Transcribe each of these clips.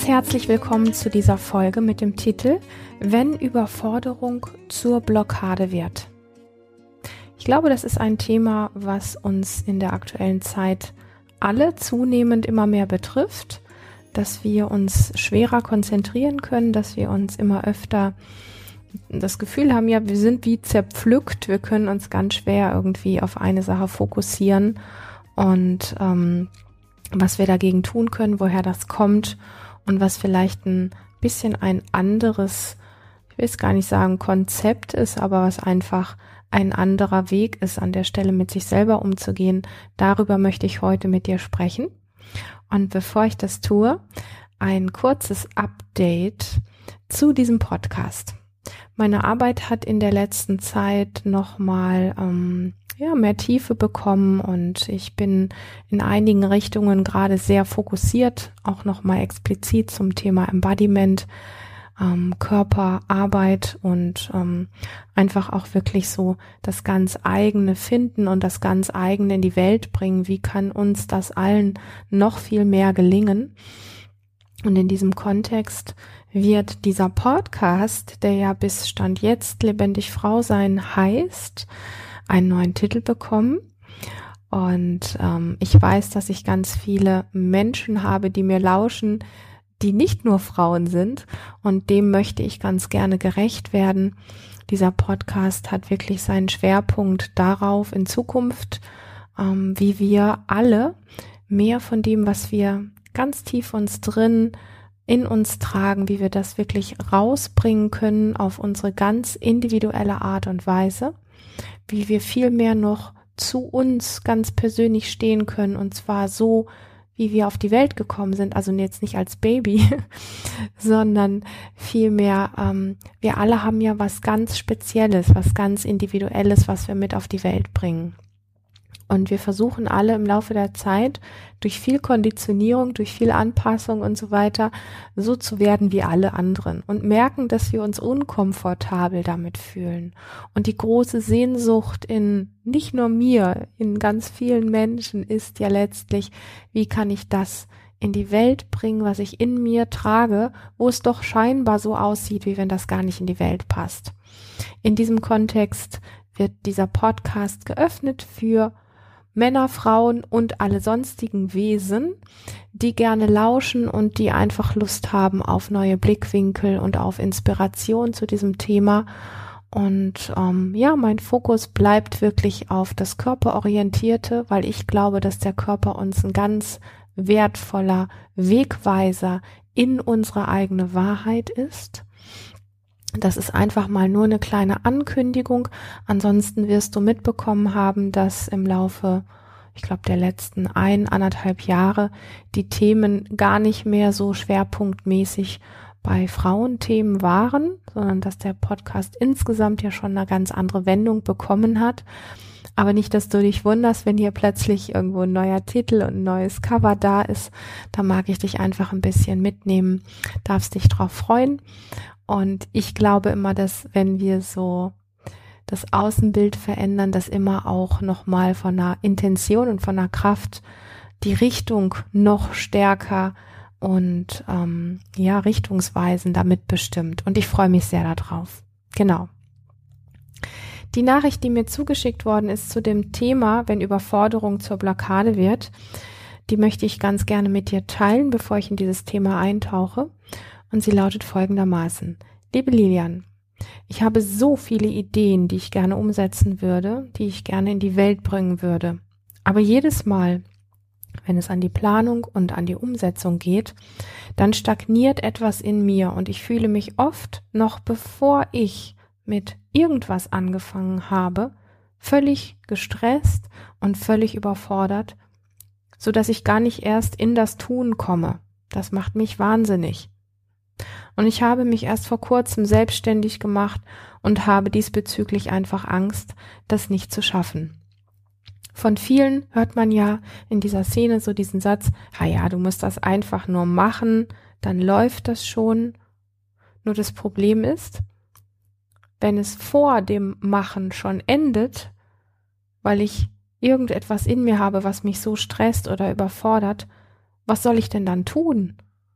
Ganz herzlich willkommen zu dieser Folge mit dem Titel Wenn Überforderung zur Blockade wird. Ich glaube, das ist ein Thema, was uns in der aktuellen Zeit alle zunehmend immer mehr betrifft, dass wir uns schwerer konzentrieren können, dass wir uns immer öfter das Gefühl haben, ja, wir sind wie zerpflückt, wir können uns ganz schwer irgendwie auf eine Sache fokussieren und was wir dagegen tun können, woher das kommt und was vielleicht ein bisschen ein anderes, ich will es gar nicht sagen Konzept ist, aber was einfach ein anderer Weg ist, an der Stelle mit sich selber umzugehen. Darüber möchte ich heute mit dir sprechen. Und bevor ich das tue, ein kurzes Update zu diesem Podcast. Meine Arbeit hat in der letzten Zeit nochmal mehr Tiefe bekommen und ich bin in einigen Richtungen gerade sehr fokussiert, auch nochmal explizit zum Thema Embodiment, Körperarbeit und einfach auch wirklich so das ganz eigene finden und das ganz eigene in die Welt bringen. Wie kann uns das allen noch viel mehr gelingen? Und in diesem Kontext wird dieser Podcast, der ja bis Stand jetzt Lebendig Frau sein heißt, einen neuen Titel bekommen. Und ich weiß, dass ich ganz viele Menschen habe, die mir lauschen, die nicht nur Frauen sind. Und dem möchte ich ganz gerne gerecht werden. Dieser Podcast hat wirklich seinen Schwerpunkt darauf in Zukunft, wie wir alle mehr von dem, was wir ganz tief in uns tragen, wie wir das wirklich rausbringen können auf unsere ganz individuelle Art und Weise, wie wir viel mehr noch zu uns ganz persönlich stehen können und zwar so, wie wir auf die Welt gekommen sind, also jetzt nicht als Baby, sondern vielmehr, wir alle haben ja was ganz Spezielles, was ganz Individuelles, was wir mit auf die Welt bringen. Und wir versuchen alle im Laufe der Zeit durch viel Konditionierung, durch viel Anpassung und so weiter so zu werden wie alle anderen und merken, dass wir uns unkomfortabel damit fühlen. Und die große Sehnsucht in nicht nur mir, in ganz vielen Menschen ist ja letztlich, wie kann ich das in die Welt bringen, was ich in mir trage, wo es doch scheinbar so aussieht, wie wenn das gar nicht in die Welt passt. In diesem Kontext wird dieser Podcast geöffnet für Männer, Frauen und alle sonstigen Wesen, die gerne lauschen und die einfach Lust haben auf neue Blickwinkel und auf Inspiration zu diesem Thema. Und mein Fokus bleibt wirklich auf das Körperorientierte, weil ich glaube, dass der Körper uns ein ganz wertvoller Wegweiser in unsere eigene Wahrheit ist. Das ist einfach mal nur eine kleine Ankündigung. Ansonsten wirst du mitbekommen haben, dass im Laufe, ich glaube, der letzten 1,5 Jahre die Themen gar nicht mehr so schwerpunktmäßig bei Frauenthemen waren, sondern dass der Podcast insgesamt ja schon eine ganz andere Wendung bekommen hat. Aber nicht, dass du dich wunderst, wenn hier plötzlich irgendwo ein neuer Titel und ein neues Cover da ist. Da mag ich dich einfach ein bisschen mitnehmen, darfst dich drauf freuen. Und ich glaube immer, dass wenn wir so das Außenbild verändern, dass immer auch nochmal von einer Intention und von einer Kraft die Richtung noch stärker und richtungsweisend damit bestimmt. Und ich freue mich sehr darauf. Genau. Die Nachricht, die mir zugeschickt worden ist zu dem Thema, wenn Überforderung zur Blockade wird, die möchte ich ganz gerne mit dir teilen, bevor ich in dieses Thema eintauche. Und sie lautet folgendermaßen: Liebe Lilian, ich habe so viele Ideen, die ich gerne umsetzen würde, die ich gerne in die Welt bringen würde. Aber jedes Mal, wenn es an die Planung und an die Umsetzung geht, dann stagniert etwas in mir und ich fühle mich oft, noch bevor ich mit irgendwas angefangen habe, völlig gestresst und völlig überfordert, so dass ich gar nicht erst in das Tun komme. Das macht mich wahnsinnig. Und ich habe mich erst vor kurzem selbstständig gemacht und habe diesbezüglich einfach Angst, das nicht zu schaffen. Von vielen hört man ja in dieser Szene so diesen Satz, ja, du musst das einfach nur machen, dann läuft das schon. Nur das Problem ist, wenn es vor dem Machen schon endet, weil ich irgendetwas in mir habe, was mich so stresst oder überfordert, was soll ich denn dann tun?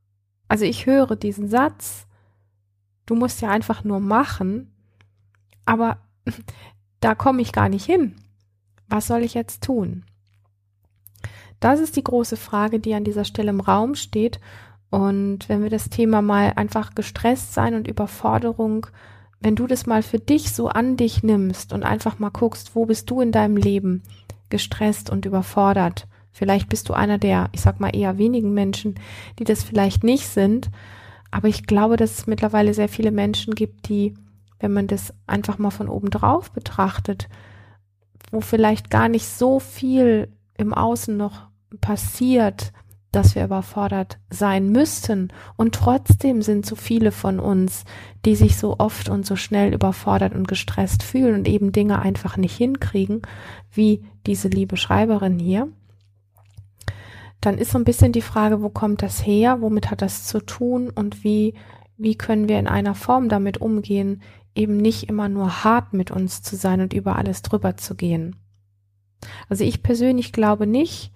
Also ich höre diesen Satz, du musst ja einfach nur machen, aber da komme ich gar nicht hin. Was soll ich jetzt tun? Das ist die große Frage, die an dieser Stelle im Raum steht. Und wenn wir das Thema mal einfach gestresst sein und Überforderung, wenn du das mal für dich so an dich nimmst und einfach mal guckst, wo bist du in deinem Leben gestresst und überfordert? Vielleicht bist du einer der, ich sag mal, eher wenigen Menschen, die das vielleicht nicht sind. Aber ich glaube, dass es mittlerweile sehr viele Menschen gibt, die, wenn man das einfach mal von oben drauf betrachtet, wo vielleicht gar nicht so viel im Außen noch passiert, dass wir überfordert sein müssten. Und trotzdem sind so viele von uns, die sich so oft und so schnell überfordert und gestresst fühlen und eben Dinge einfach nicht hinkriegen, wie diese liebe Schreiberin hier. Dann ist so ein bisschen die Frage, wo kommt das her, womit hat das zu tun und wie können wir in einer Form damit umgehen, eben nicht immer nur hart mit uns zu sein und über alles drüber zu gehen. Also ich persönlich glaube nicht,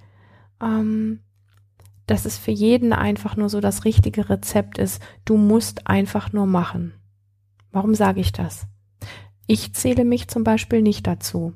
dass es für jeden einfach nur so das richtige Rezept ist, du musst einfach nur machen. Warum sage ich das? Ich zähle mich zum Beispiel nicht dazu.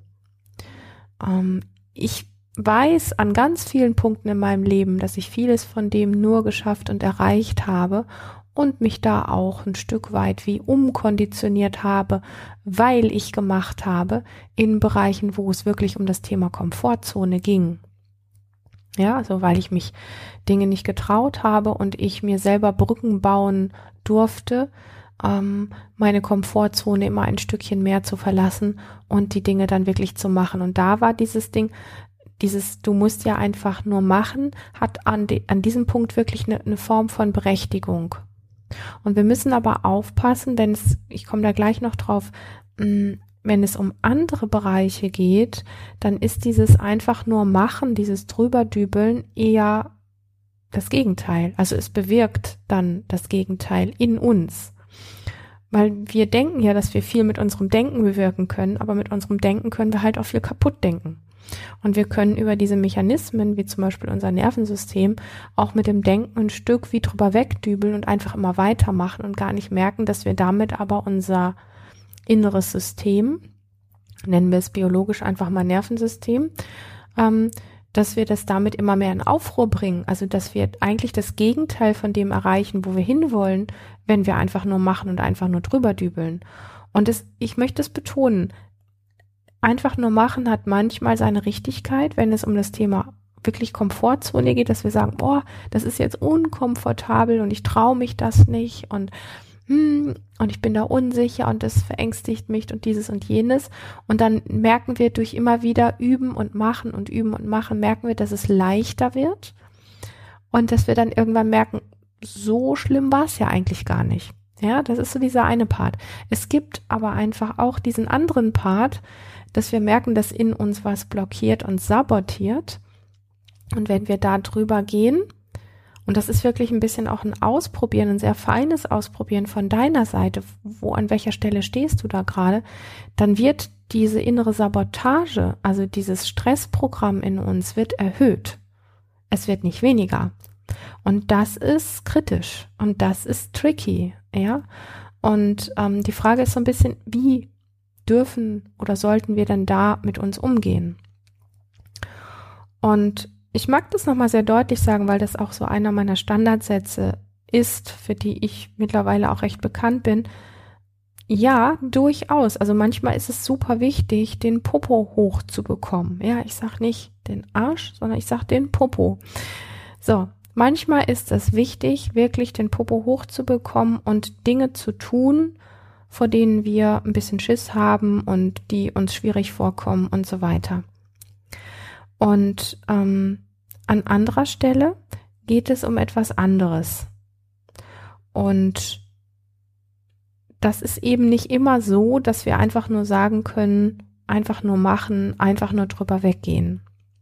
Ich weiß an ganz vielen Punkten in meinem Leben, dass ich vieles von dem nur geschafft und erreicht habe und mich da auch ein Stück weit wie umkonditioniert habe, weil ich gemacht habe in Bereichen, wo es wirklich um das Thema Komfortzone ging. Ja, also weil ich mich Dinge nicht getraut habe und ich mir selber Brücken bauen durfte, meine Komfortzone immer ein Stückchen mehr zu verlassen und die Dinge dann wirklich zu machen. Und da war dieses Ding, du musst ja einfach nur machen, hat an diesem Punkt wirklich eine Form von Berechtigung. Und wir müssen aber aufpassen, denn ich komme da gleich noch drauf, wenn es um andere Bereiche geht, dann ist dieses einfach nur machen, dieses Drüberdübeln eher das Gegenteil. Also es bewirkt dann das Gegenteil in uns. Weil wir denken ja, dass wir viel mit unserem Denken bewirken können, aber mit unserem Denken können wir halt auch viel kaputt denken. Und wir können über diese Mechanismen, wie zum Beispiel unser Nervensystem, auch mit dem Denken ein Stück wie drüber wegdübeln und einfach immer weitermachen und gar nicht merken, dass wir damit aber unser inneres System, nennen wir es biologisch einfach mal Nervensystem, dass wir das damit immer mehr in Aufruhr bringen. Also dass wir eigentlich das Gegenteil von dem erreichen, wo wir hinwollen, wenn wir einfach nur machen und einfach nur drüber dübeln. Und ich möchte es betonen, einfach nur machen hat manchmal seine Richtigkeit, wenn es um das Thema wirklich Komfortzone geht, dass wir sagen, boah, das ist jetzt unkomfortabel und ich traue mich das nicht und ich bin da unsicher und das verängstigt mich und dieses und jenes. Und dann merken wir durch immer wieder üben und machen, merken wir, dass es leichter wird und dass wir dann irgendwann merken, so schlimm war es ja eigentlich gar nicht. Ja, das ist so dieser eine Part. Es gibt aber einfach auch diesen anderen Part, dass wir merken, dass in uns was blockiert und sabotiert. Und wenn wir da drüber gehen, und das ist wirklich ein bisschen auch ein Ausprobieren, ein sehr feines Ausprobieren von deiner Seite, an welcher Stelle stehst du da gerade, dann wird diese innere Sabotage, also dieses Stressprogramm in uns, wird erhöht. Es wird nicht weniger. Und das ist kritisch und das ist tricky, ja. Und die Frage ist so ein bisschen, wie dürfen oder sollten wir denn da mit uns umgehen? Und ich mag das nochmal sehr deutlich sagen, weil das auch so einer meiner Standardsätze ist, für die ich mittlerweile auch recht bekannt bin. Ja, durchaus. Also manchmal ist es super wichtig, den Popo hochzubekommen. Ja, ich sag nicht den Arsch, sondern ich sag den Popo. So, manchmal ist es wichtig, wirklich den Popo hochzubekommen und Dinge zu tun, vor denen wir ein bisschen Schiss haben und die uns schwierig vorkommen und so weiter. Und an anderer Stelle geht es um etwas anderes. Und das ist eben nicht immer so, dass wir einfach nur sagen können, einfach nur machen, einfach nur drüber weggehen.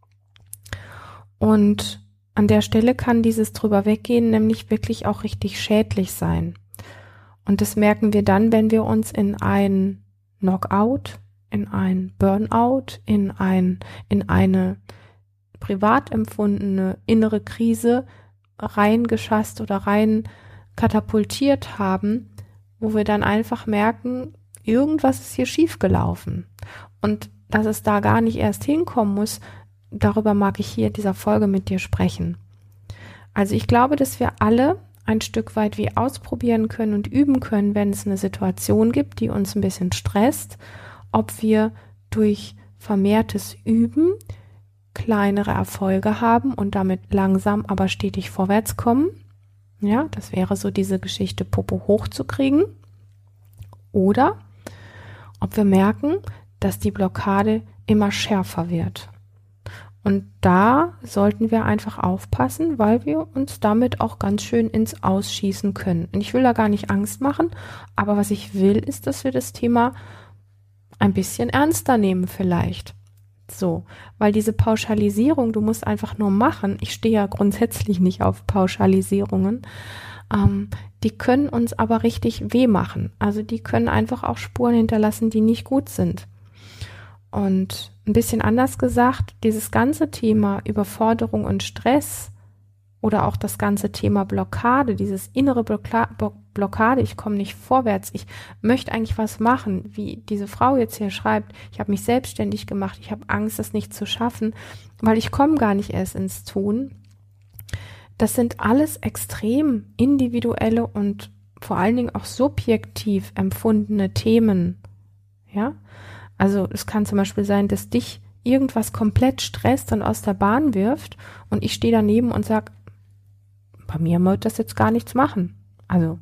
Und an der Stelle kann dieses drüber weggehen nämlich wirklich auch richtig schädlich sein. Und das merken wir dann, wenn wir uns in ein Knockout, in ein Burnout, in eine privat empfundene innere Krise reingeschasst oder katapultiert haben, wo wir dann einfach merken, irgendwas ist hier schiefgelaufen. Und dass es da gar nicht erst hinkommen muss, darüber mag ich hier in dieser Folge mit dir sprechen. Also ich glaube, dass wir alle ein Stück weit wie ausprobieren können und üben können, wenn es eine Situation gibt, die uns ein bisschen stresst, ob wir durch vermehrtes Üben kleinere Erfolge haben und damit langsam, aber stetig vorwärts kommen. Ja, das wäre so diese Geschichte, Popo hochzukriegen. Oder ob wir merken, dass die Blockade immer schärfer wird. Und da sollten wir einfach aufpassen, weil wir uns damit auch ganz schön ins Ausschießen können. Und ich will da gar nicht Angst machen, aber was ich will, ist, dass wir das Thema ein bisschen ernster nehmen vielleicht. So, weil diese Pauschalisierung, du musst einfach nur machen, ich stehe ja grundsätzlich nicht auf Pauschalisierungen, die können uns aber richtig weh machen. Also die können einfach auch Spuren hinterlassen, die nicht gut sind. Und ein bisschen anders gesagt, dieses ganze Thema Überforderung und Stress oder auch das ganze Thema Blockade, dieses innere Blockade, ich komme nicht vorwärts, ich möchte eigentlich was machen, wie diese Frau jetzt hier schreibt, ich habe mich selbstständig gemacht, ich habe Angst, das nicht zu schaffen, weil ich komme gar nicht erst ins Tun. Das sind alles extrem individuelle und vor allen Dingen auch subjektiv empfundene Themen, ja. Also es kann zum Beispiel sein, dass dich irgendwas komplett stresst und aus der Bahn wirft und ich stehe daneben und sage, bei mir wird das jetzt gar nichts machen. Also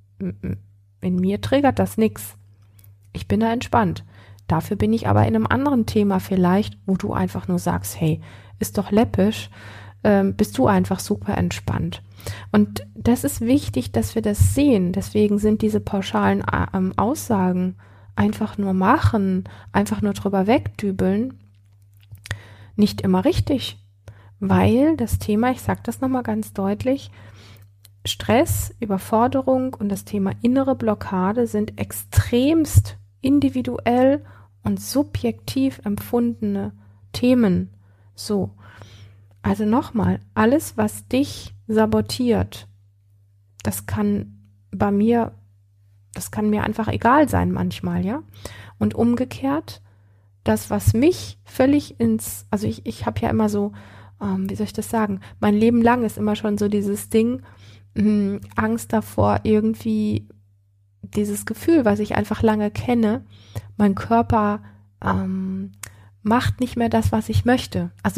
in mir triggert das nichts. Ich bin da entspannt. Dafür bin ich aber in einem anderen Thema vielleicht, wo du einfach nur sagst, hey, ist doch läppisch, bist du einfach super entspannt. Und das ist wichtig, dass wir das sehen. Deswegen sind diese pauschalen Aussagen einfach nur machen, einfach nur drüber wegdübeln, nicht immer richtig, weil das Thema, ich sage das nochmal ganz deutlich, Stress, Überforderung und das Thema innere Blockade sind extremst individuell und subjektiv empfundene Themen. So, also nochmal, alles, was dich sabotiert, das kann mir einfach egal sein manchmal, ja. Und umgekehrt, das, was mich völlig also ich habe ja immer so, wie soll ich das sagen, mein Leben lang ist immer schon so dieses Ding, Angst davor, irgendwie dieses Gefühl, was ich einfach lange kenne, mein Körper macht nicht mehr das, was ich möchte. Also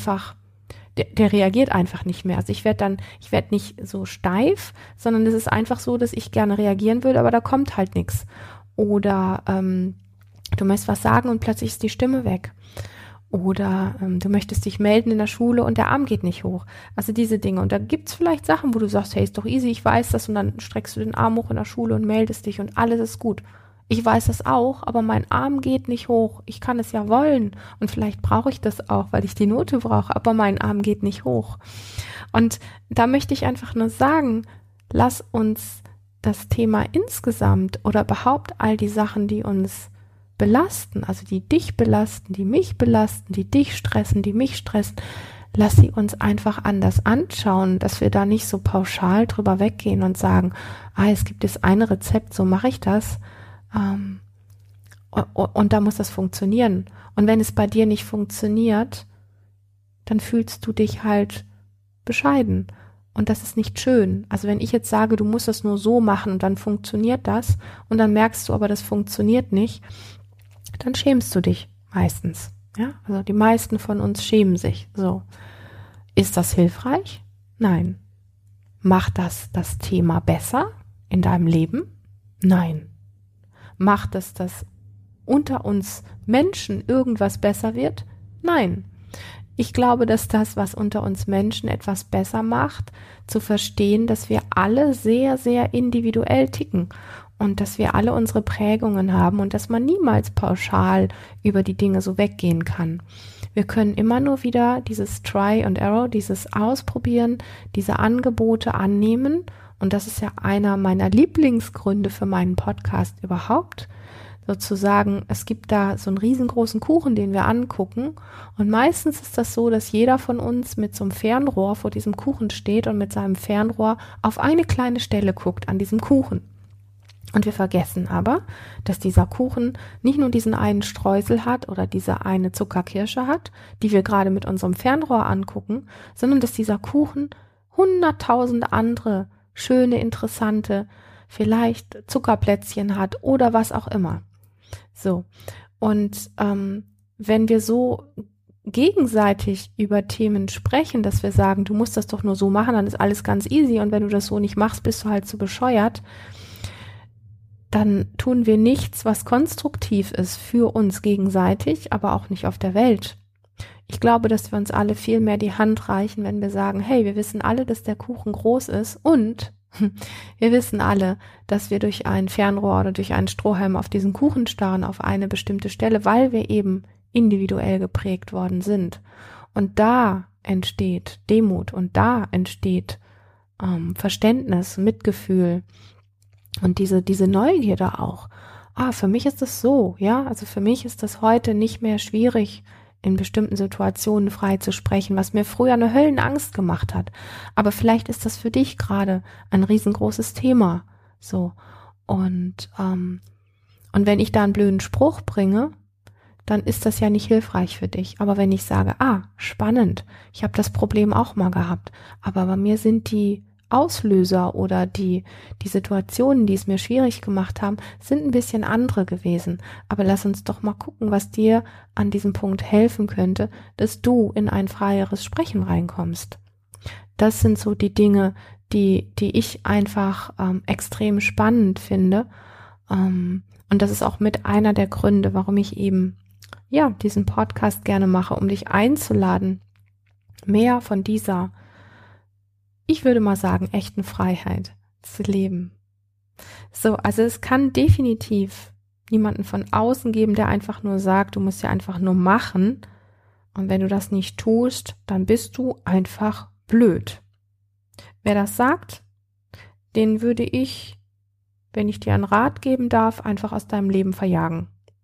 der reagiert einfach nicht mehr. Also ich werde nicht so steif, sondern es ist einfach so, dass ich gerne reagieren würde, aber da kommt halt nichts. Oder du möchtest was sagen und plötzlich ist die Stimme weg. Oder du möchtest dich melden in der Schule und der Arm geht nicht hoch. Also diese Dinge. Und da gibt's vielleicht Sachen, wo du sagst, hey, ist doch easy, ich weiß das. Und dann streckst du den Arm hoch in der Schule und meldest dich und alles ist gut. Ich weiß das auch, aber mein Arm geht nicht hoch. Ich kann es ja wollen und vielleicht brauche ich das auch, weil ich die Note brauche, aber mein Arm geht nicht hoch. Und da möchte ich einfach nur sagen, lass uns das Thema insgesamt oder überhaupt all die Sachen, die uns belasten, also die dich belasten, die mich belasten, die dich stressen, die mich stressen, lass sie uns einfach anders anschauen, dass wir da nicht so pauschal drüber weggehen und sagen, es gibt das eine Rezept, so mache ich das. Und da muss das funktionieren. Und wenn es bei dir nicht funktioniert, dann fühlst du dich halt bescheiden. Und das ist nicht schön. Also wenn ich jetzt sage, du musst das nur so machen und dann funktioniert das und dann merkst du aber, das funktioniert nicht, dann schämst du dich meistens. Ja, also die meisten von uns schämen sich. So. Ist das hilfreich? Nein. Macht das Thema besser in deinem Leben? Nein. Macht es, dass unter uns Menschen irgendwas besser wird? Nein. Ich glaube, dass das, was unter uns Menschen etwas besser macht, zu verstehen, dass wir alle sehr, sehr individuell ticken und dass wir alle unsere Prägungen haben und dass man niemals pauschal über die Dinge so weggehen kann. Wir können immer nur wieder dieses Try and Error, dieses Ausprobieren, diese Angebote annehmen. Und das ist ja einer meiner Lieblingsgründe für meinen Podcast überhaupt, sozusagen, es gibt da so einen riesengroßen Kuchen, den wir angucken und meistens ist das so, dass jeder von uns mit so einem Fernrohr vor diesem Kuchen steht und mit seinem Fernrohr auf eine kleine Stelle guckt an diesem Kuchen. Und wir vergessen aber, dass dieser Kuchen nicht nur diesen einen Streusel hat oder diese eine Zuckerkirsche hat, die wir gerade mit unserem Fernrohr angucken, sondern dass dieser Kuchen 100.000 andere schöne, interessante, vielleicht Zuckerplätzchen hat oder was auch immer. So, und wenn wir so gegenseitig über Themen sprechen, dass wir sagen, du musst das doch nur so machen, dann ist alles ganz easy und wenn du das so nicht machst, bist du halt so bescheuert, dann tun wir nichts, was konstruktiv ist für uns gegenseitig, aber auch nicht auf der Welt. Ich glaube, dass wir uns alle viel mehr die Hand reichen, wenn wir sagen, hey, wir wissen alle, dass der Kuchen groß ist und wir wissen alle, dass wir durch ein Fernrohr oder durch einen Strohhalm auf diesen Kuchen starren, auf eine bestimmte Stelle, weil wir eben individuell geprägt worden sind. Und da entsteht Demut und da entsteht Verständnis, Mitgefühl und diese Neugierde auch. Für mich ist das so, ja, also für mich ist das heute nicht mehr schwierig, in bestimmten Situationen frei zu sprechen, was mir früher eine Höllenangst gemacht hat. Aber vielleicht ist das für dich gerade ein riesengroßes Thema. So. Und wenn ich da einen blöden Spruch bringe, dann ist das ja nicht hilfreich für dich. Aber wenn ich sage, spannend, ich habe das Problem auch mal gehabt, aber bei mir sind die Auslöser oder die Situationen, die es mir schwierig gemacht haben, sind ein bisschen andere gewesen. Aber lass uns doch mal gucken, was dir an diesem Punkt helfen könnte, dass du in ein freieres Sprechen reinkommst. Das sind so die Dinge, die ich einfach extrem spannend finde. Und das ist auch mit einer der Gründe, warum ich eben diesen Podcast gerne mache, um dich einzuladen, mehr von dieser, ich würde mal sagen, echten Freiheit zu leben. So, also es kann definitiv niemanden von außen geben, der einfach nur sagt, du musst ja einfach nur machen. Und wenn du das nicht tust, dann bist du einfach blöd. Wer das sagt, den würde ich, wenn ich dir einen Rat geben darf, einfach aus deinem Leben verjagen.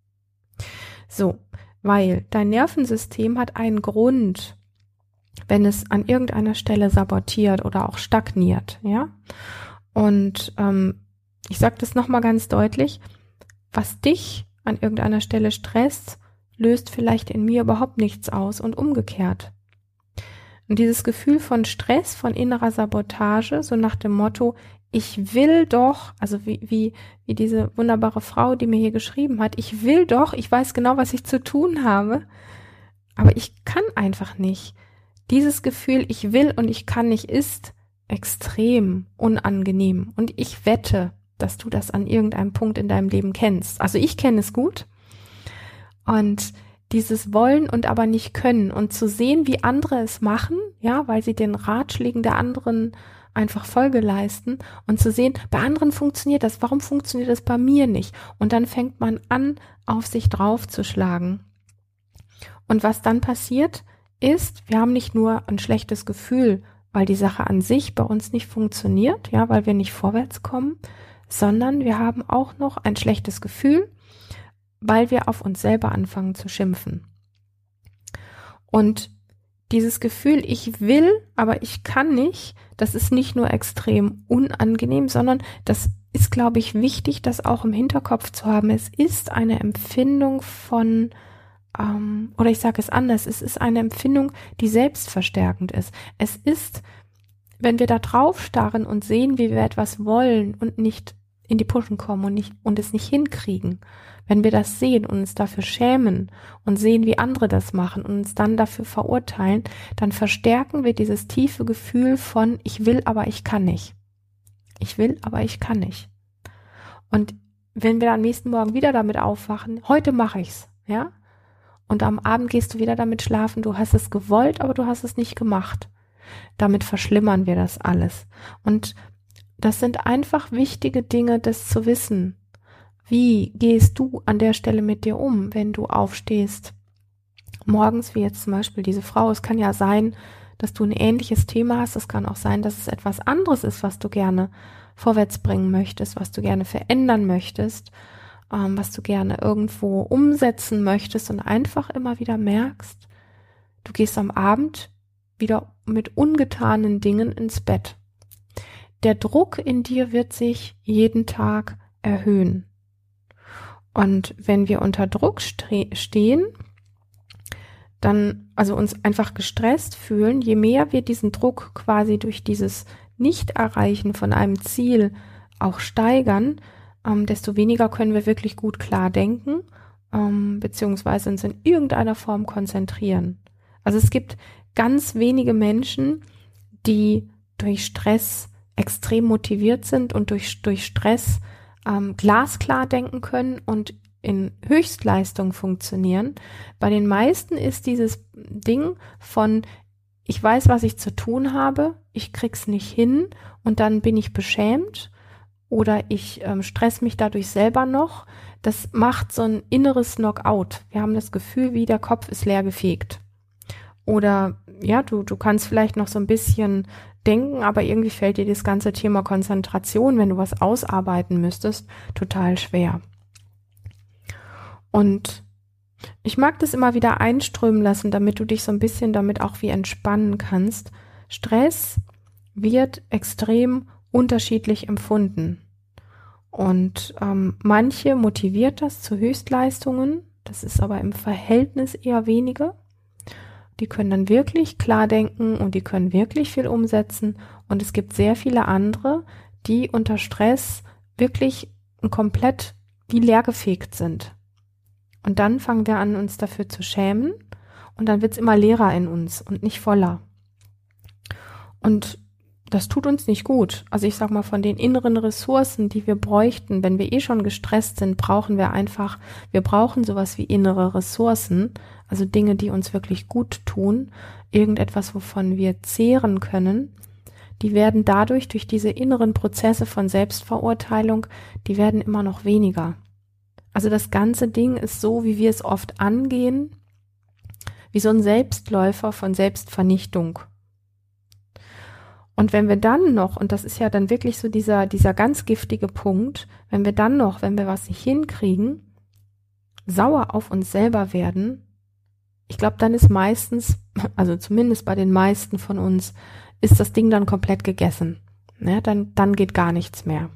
So, weil dein Nervensystem hat einen Grund, wenn es an irgendeiner Stelle sabotiert oder auch stagniert, ja. Und ich sage das nochmal ganz deutlich, was dich an irgendeiner Stelle stresst, löst vielleicht in mir überhaupt nichts aus und umgekehrt. Und dieses Gefühl von Stress, von innerer Sabotage, so nach dem Motto, ich will doch, also wie diese wunderbare Frau, die mir hier geschrieben hat, ich will doch, ich weiß genau, was ich zu tun habe, aber ich kann einfach nicht. Dieses Gefühl, ich will und ich kann nicht, ist extrem unangenehm. Und ich wette, dass du das an irgendeinem Punkt in deinem Leben kennst. Also ich kenne es gut. Und dieses Wollen und aber nicht können und zu sehen, wie andere es machen, ja, weil sie den Ratschlägen der anderen einfach Folge leisten und zu sehen, bei anderen funktioniert das, warum funktioniert das bei mir nicht? Und dann fängt man an, auf sich draufzuschlagen. Und was dann passiert, ist, wir haben nicht nur ein schlechtes Gefühl, weil die Sache an sich bei uns nicht funktioniert, ja, weil wir nicht vorwärts kommen, sondern wir haben auch noch ein schlechtes Gefühl, weil wir auf uns selber anfangen zu schimpfen. Und dieses Gefühl, ich will, aber ich kann nicht, das ist nicht nur extrem unangenehm, sondern das ist, glaube ich, wichtig, das auch im Hinterkopf zu haben. Es ist eine Empfindung von, oder ich sage es anders, es ist eine Empfindung, die selbstverstärkend ist. Es ist, wenn wir da drauf starren und sehen, wie wir etwas wollen und nicht in die Puschen kommen und es nicht hinkriegen, wenn wir das sehen und uns dafür schämen und sehen, wie andere das machen und uns dann dafür verurteilen, dann verstärken wir dieses tiefe Gefühl von ich will, aber ich kann nicht. Ich will, aber ich kann nicht. Und wenn wir am nächsten Morgen wieder damit aufwachen, heute mache ich's, ja? Und am Abend gehst du wieder damit schlafen, du hast es gewollt, aber du hast es nicht gemacht. Damit verschlimmern wir das alles. Und das sind einfach wichtige Dinge, das zu wissen. Wie gehst du an der Stelle mit dir um, wenn du aufstehst? Morgens, wie jetzt zum Beispiel diese Frau, es kann ja sein, dass du ein ähnliches Thema hast, es kann auch sein, dass es etwas anderes ist, was du gerne vorwärts bringen möchtest, was du gerne verändern möchtest. was du gerne irgendwo umsetzen möchtest und einfach immer wieder merkst, du gehst am Abend wieder mit ungetanen Dingen ins Bett. Der Druck in dir wird sich jeden Tag erhöhen. Und wenn wir unter Druck stehen, dann, also uns einfach gestresst fühlen, je mehr wir diesen Druck quasi durch dieses Nicht-Erreichen von einem Ziel auch steigern, desto weniger können wir wirklich gut klar denken, beziehungsweise uns in irgendeiner Form konzentrieren. Also es gibt ganz wenige Menschen, die durch Stress extrem motiviert sind und durch Stress glasklar denken können und in Höchstleistung funktionieren. Bei den meisten ist dieses Ding von, ich weiß, was ich zu tun habe, ich krieg's nicht hin und dann bin ich beschämt oder ich stress mich dadurch selber noch. Das macht so ein inneres Knockout. Wir haben das Gefühl, wie der Kopf ist leer gefegt. Oder ja, du kannst vielleicht noch so ein bisschen denken, aber irgendwie fällt dir das ganze Thema Konzentration, wenn du was ausarbeiten müsstest, total schwer. Und ich mag das immer wieder einströmen lassen, damit du dich so ein bisschen damit auch wie entspannen kannst. Stress wird extrem unterschiedlich empfunden. Und manche motiviert das zu Höchstleistungen, das ist aber im Verhältnis eher wenige. Die können dann wirklich klar denken und die können wirklich viel umsetzen. Und es gibt sehr viele andere, die unter Stress wirklich komplett wie leergefegt sind. Und dann fangen wir an, uns dafür zu schämen und dann wird's immer leerer in uns und nicht voller. Und das tut uns nicht gut. Also ich sag mal, von den inneren Ressourcen, die wir bräuchten, wenn wir schon gestresst sind, wir brauchen sowas wie innere Ressourcen, also Dinge, die uns wirklich gut tun, irgendetwas, wovon wir zehren können, die werden dadurch, durch diese inneren Prozesse von Selbstverurteilung, die werden immer noch weniger. Also das ganze Ding ist so, wie wir es oft angehen, wie so ein Selbstläufer von Selbstvernichtung. Und wenn wir dann noch, und das ist ja dann wirklich so dieser ganz giftige Punkt, wenn wir was nicht hinkriegen, sauer auf uns selber werden, ich glaube, dann ist meistens, also zumindest bei den meisten von uns, ist das Ding dann komplett gegessen. Ja, dann geht gar nichts mehr.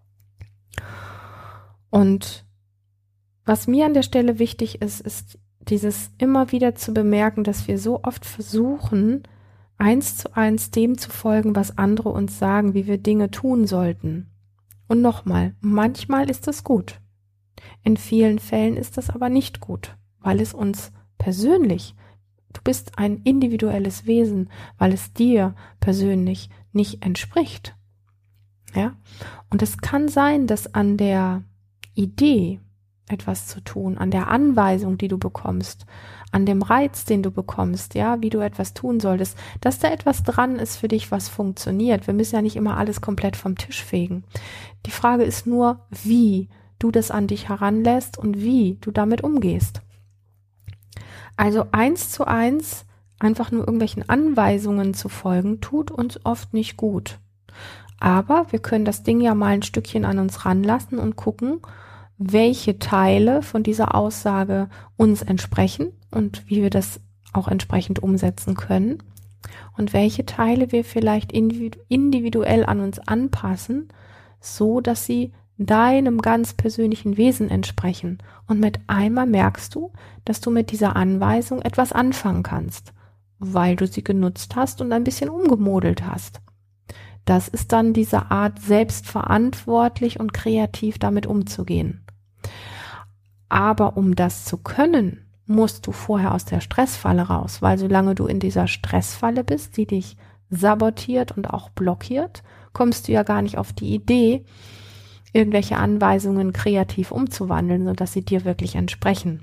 Und was mir an der Stelle wichtig ist, ist dieses immer wieder zu bemerken, dass wir so oft versuchen, 1:1 dem zu folgen, was andere uns sagen, wie wir Dinge tun sollten. Und nochmal, manchmal ist das gut. In vielen Fällen ist das aber nicht gut, weil es uns persönlich, du bist ein individuelles Wesen, weil es dir persönlich nicht entspricht. Ja? Und es kann sein, dass an der Idee, etwas zu tun, an der Anweisung, die du bekommst, an dem Reiz, den du bekommst, ja, wie du etwas tun solltest, dass da etwas dran ist für dich, was funktioniert. Wir müssen ja nicht immer alles komplett vom Tisch fegen. Die Frage ist nur, wie du das an dich heranlässt und wie du damit umgehst. Also 1:1 einfach nur irgendwelchen Anweisungen zu folgen, tut uns oft nicht gut. Aber wir können das Ding ja mal ein Stückchen an uns ranlassen und gucken, welche Teile von dieser Aussage uns entsprechen und wie wir das auch entsprechend umsetzen können und welche Teile wir vielleicht individuell an uns anpassen, so dass sie deinem ganz persönlichen Wesen entsprechen. Und mit einmal merkst du, dass du mit dieser Anweisung etwas anfangen kannst, weil du sie genutzt hast und ein bisschen umgemodelt hast. Das ist dann diese Art, selbstverantwortlich und kreativ damit umzugehen. Aber um das zu können, musst du vorher aus der Stressfalle raus, weil solange du in dieser Stressfalle bist, die dich sabotiert und auch blockiert, kommst du ja gar nicht auf die Idee, irgendwelche Anweisungen kreativ umzuwandeln, sodass sie dir wirklich entsprechen.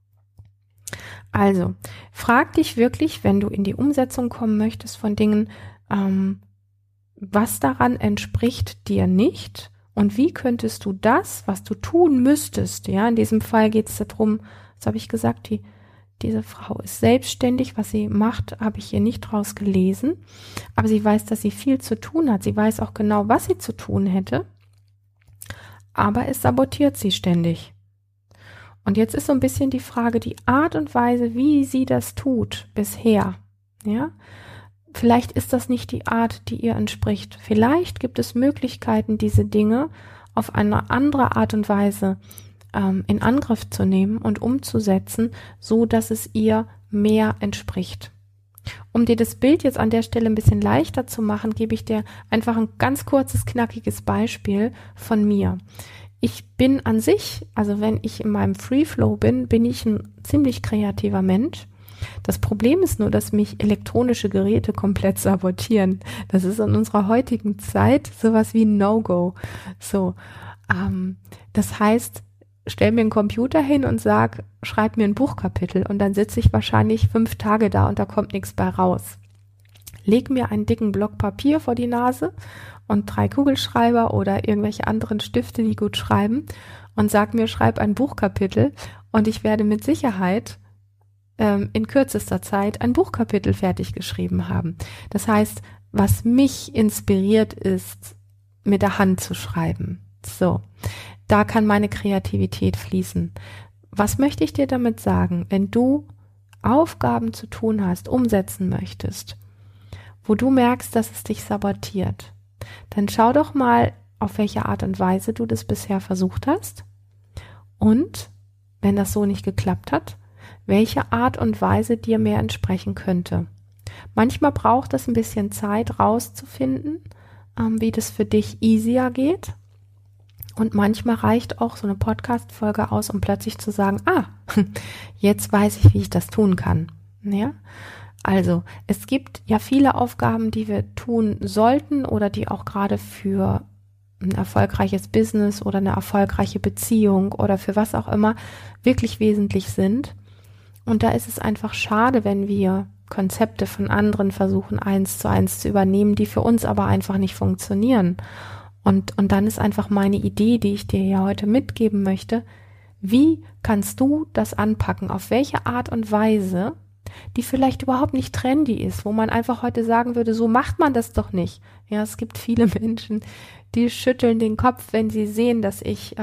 Also, frag dich wirklich, wenn du in die Umsetzung kommen möchtest von Dingen, was daran entspricht dir nicht und wie könntest du das, was du tun müsstest, ja, in diesem Fall geht es darum, was habe ich gesagt, diese Frau ist selbstständig, was sie macht, habe ich hier nicht draus gelesen, aber sie weiß, dass sie viel zu tun hat, sie weiß auch genau, was sie zu tun hätte, aber es sabotiert sie ständig. Und jetzt ist so ein bisschen die Frage, die Art und Weise, wie sie das tut bisher, ja, vielleicht ist das nicht die Art, die ihr entspricht. Vielleicht gibt es Möglichkeiten, diese Dinge auf eine andere Art und Weise in Angriff zu nehmen und umzusetzen, so dass es ihr mehr entspricht. Um dir das Bild jetzt an der Stelle ein bisschen leichter zu machen, gebe ich dir einfach ein ganz kurzes, knackiges Beispiel von mir. Ich bin an sich, also wenn ich in meinem Free Flow bin, bin ich ein ziemlich kreativer Mensch. Das Problem ist nur, dass mich elektronische Geräte komplett sabotieren. Das ist in unserer heutigen Zeit sowas wie ein No-Go. So, das heißt, stell mir einen Computer hin und schreib mir ein Buchkapitel und dann sitze ich wahrscheinlich 5 Tage da und da kommt nichts bei raus. Leg mir einen dicken Block Papier vor die Nase und 3 Kugelschreiber oder irgendwelche anderen Stifte, die gut schreiben und sag mir, schreib ein Buchkapitel und ich werde mit Sicherheit in kürzester Zeit ein Buchkapitel fertig geschrieben haben. Das heißt, was mich inspiriert ist, mit der Hand zu schreiben. So, da kann meine Kreativität fließen. Was möchte ich dir damit sagen? Wenn du Aufgaben zu tun hast, umsetzen möchtest, wo du merkst, dass es dich sabotiert, dann schau doch mal, auf welche Art und Weise du das bisher versucht hast und, wenn das so nicht geklappt hat, welche Art und Weise dir mehr entsprechen könnte. Manchmal braucht es ein bisschen Zeit, rauszufinden, wie das für dich easier geht. Und manchmal reicht auch so eine Podcast-Folge aus, um plötzlich zu sagen, jetzt weiß ich, wie ich das tun kann. Ja? Also, es gibt ja viele Aufgaben, die wir tun sollten oder die auch gerade für ein erfolgreiches Business oder eine erfolgreiche Beziehung oder für was auch immer wirklich wesentlich sind. Und da ist es einfach schade, wenn wir Konzepte von anderen versuchen, 1:1 zu übernehmen, die für uns aber einfach nicht funktionieren. Und dann ist einfach meine Idee, die ich dir ja heute mitgeben möchte, wie kannst du das anpacken? Auf welche Art und Weise, die vielleicht überhaupt nicht trendy ist, wo man einfach heute sagen würde, so macht man das doch nicht. Ja, es gibt viele Menschen, die schütteln den Kopf, wenn sie sehen, dass ich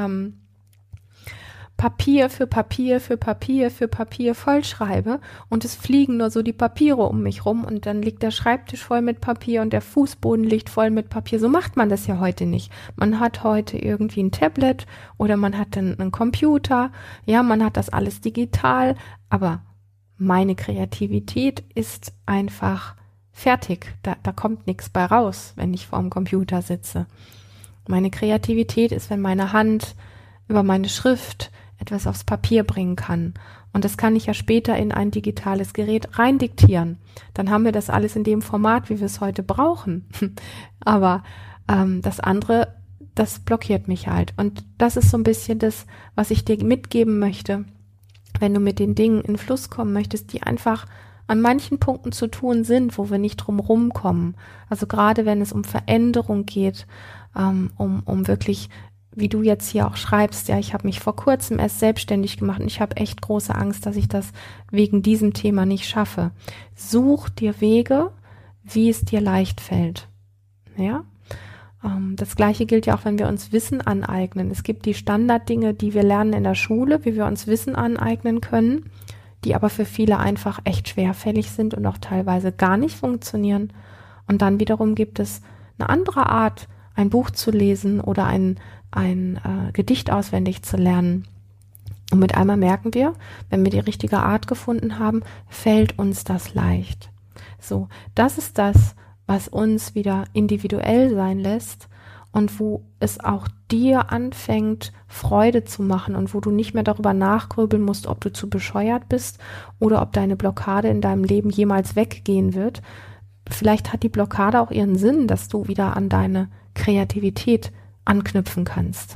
Papier für Papier für Papier für Papier vollschreibe und es fliegen nur so die Papiere um mich rum und dann liegt der Schreibtisch voll mit Papier und der Fußboden liegt voll mit Papier. So macht man das ja heute nicht. Man hat heute irgendwie ein Tablet oder man hat einen Computer, ja, man hat das alles digital, aber meine Kreativität ist einfach fertig. Da kommt nichts bei raus, wenn ich vorm Computer sitze. Meine Kreativität ist, wenn meine Hand über meine Schrift etwas aufs Papier bringen kann. Und das kann ich ja später in ein digitales Gerät reindiktieren. Dann haben wir das alles in dem Format, wie wir es heute brauchen. Aber das andere, das blockiert mich halt. Und das ist so ein bisschen das, was ich dir mitgeben möchte, wenn du mit den Dingen in Fluss kommen möchtest, die einfach an manchen Punkten zu tun sind, wo wir nicht drum rumkommen. Also gerade wenn es um Veränderung geht, um wirklich, wie du jetzt hier auch schreibst, ja, ich habe mich vor kurzem erst selbstständig gemacht und ich habe echt große Angst, dass ich das wegen diesem Thema nicht schaffe. Such dir Wege, wie es dir leicht fällt. Ja? Das Gleiche gilt ja auch, wenn wir uns Wissen aneignen. Es gibt die Standarddinge, die wir lernen in der Schule, wie wir uns Wissen aneignen können, die aber für viele einfach echt schwerfällig sind und auch teilweise gar nicht funktionieren. Und dann wiederum gibt es eine andere Art, ein Buch zu lesen oder ein Gedicht auswendig zu lernen. Und mit einmal merken wir, wenn wir die richtige Art gefunden haben, fällt uns das leicht. So, das ist das, was uns wieder individuell sein lässt und wo es auch dir anfängt, Freude zu machen und wo du nicht mehr darüber nachgrübeln musst, ob du zu bescheuert bist oder ob deine Blockade in deinem Leben jemals weggehen wird. Vielleicht hat die Blockade auch ihren Sinn, dass du wieder an deine Kreativität anknüpfen kannst.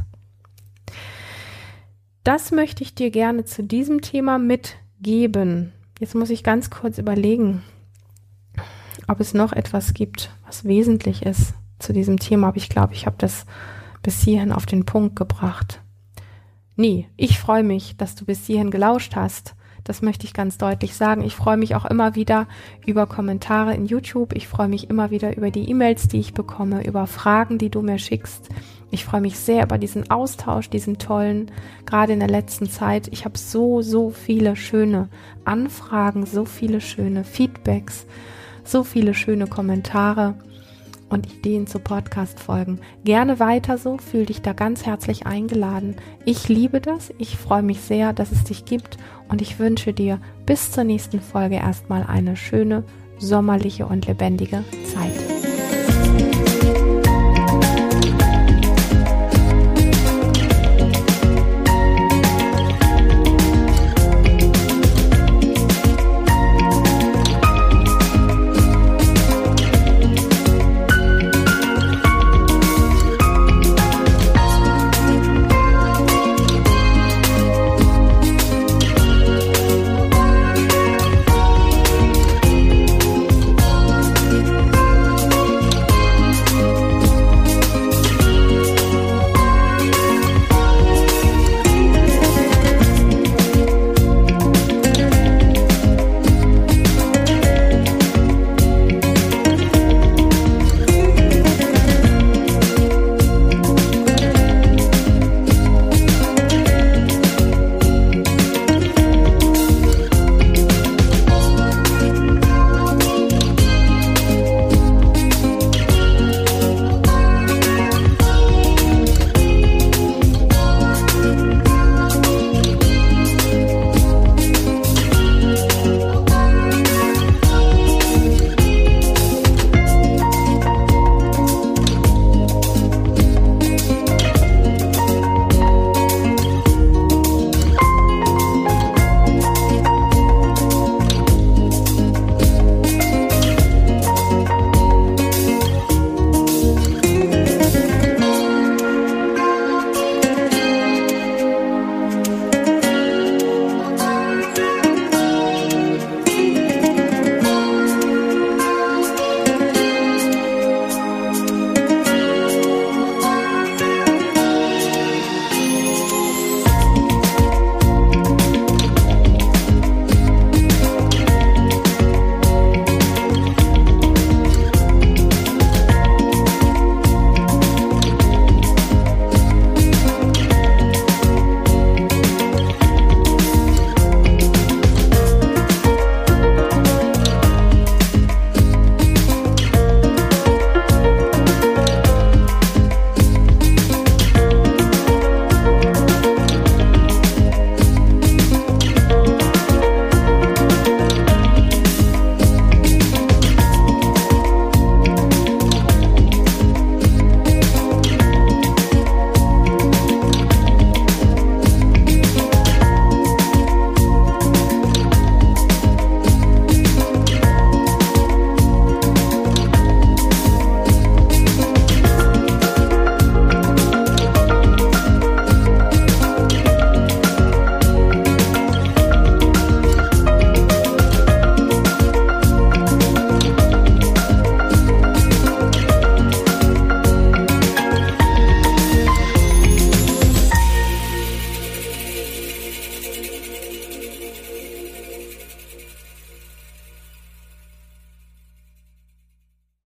Das möchte ich dir gerne zu diesem Thema mitgeben. Jetzt muss ich ganz kurz überlegen, ob es noch etwas gibt, was wesentlich ist zu diesem Thema. Aber ich glaube, ich habe das bis hierhin auf den Punkt gebracht. Nee, ich freue mich, dass du bis hierhin gelauscht hast. Das möchte ich ganz deutlich sagen. Ich freue mich auch immer wieder über Kommentare in YouTube. Ich freue mich immer wieder über die E-Mails, die ich bekomme, über Fragen, die du mir schickst. Ich freue mich sehr über diesen Austausch, diesen tollen, gerade in der letzten Zeit. Ich habe so viele schöne Anfragen, so viele schöne Feedbacks, so viele schöne Kommentare und Ideen zu Podcast-Folgen. Gerne weiter so, fühl dich da ganz herzlich eingeladen. Ich liebe das, ich freue mich sehr, dass es dich gibt und ich wünsche dir bis zur nächsten Folge erstmal eine schöne, sommerliche und lebendige Zeit.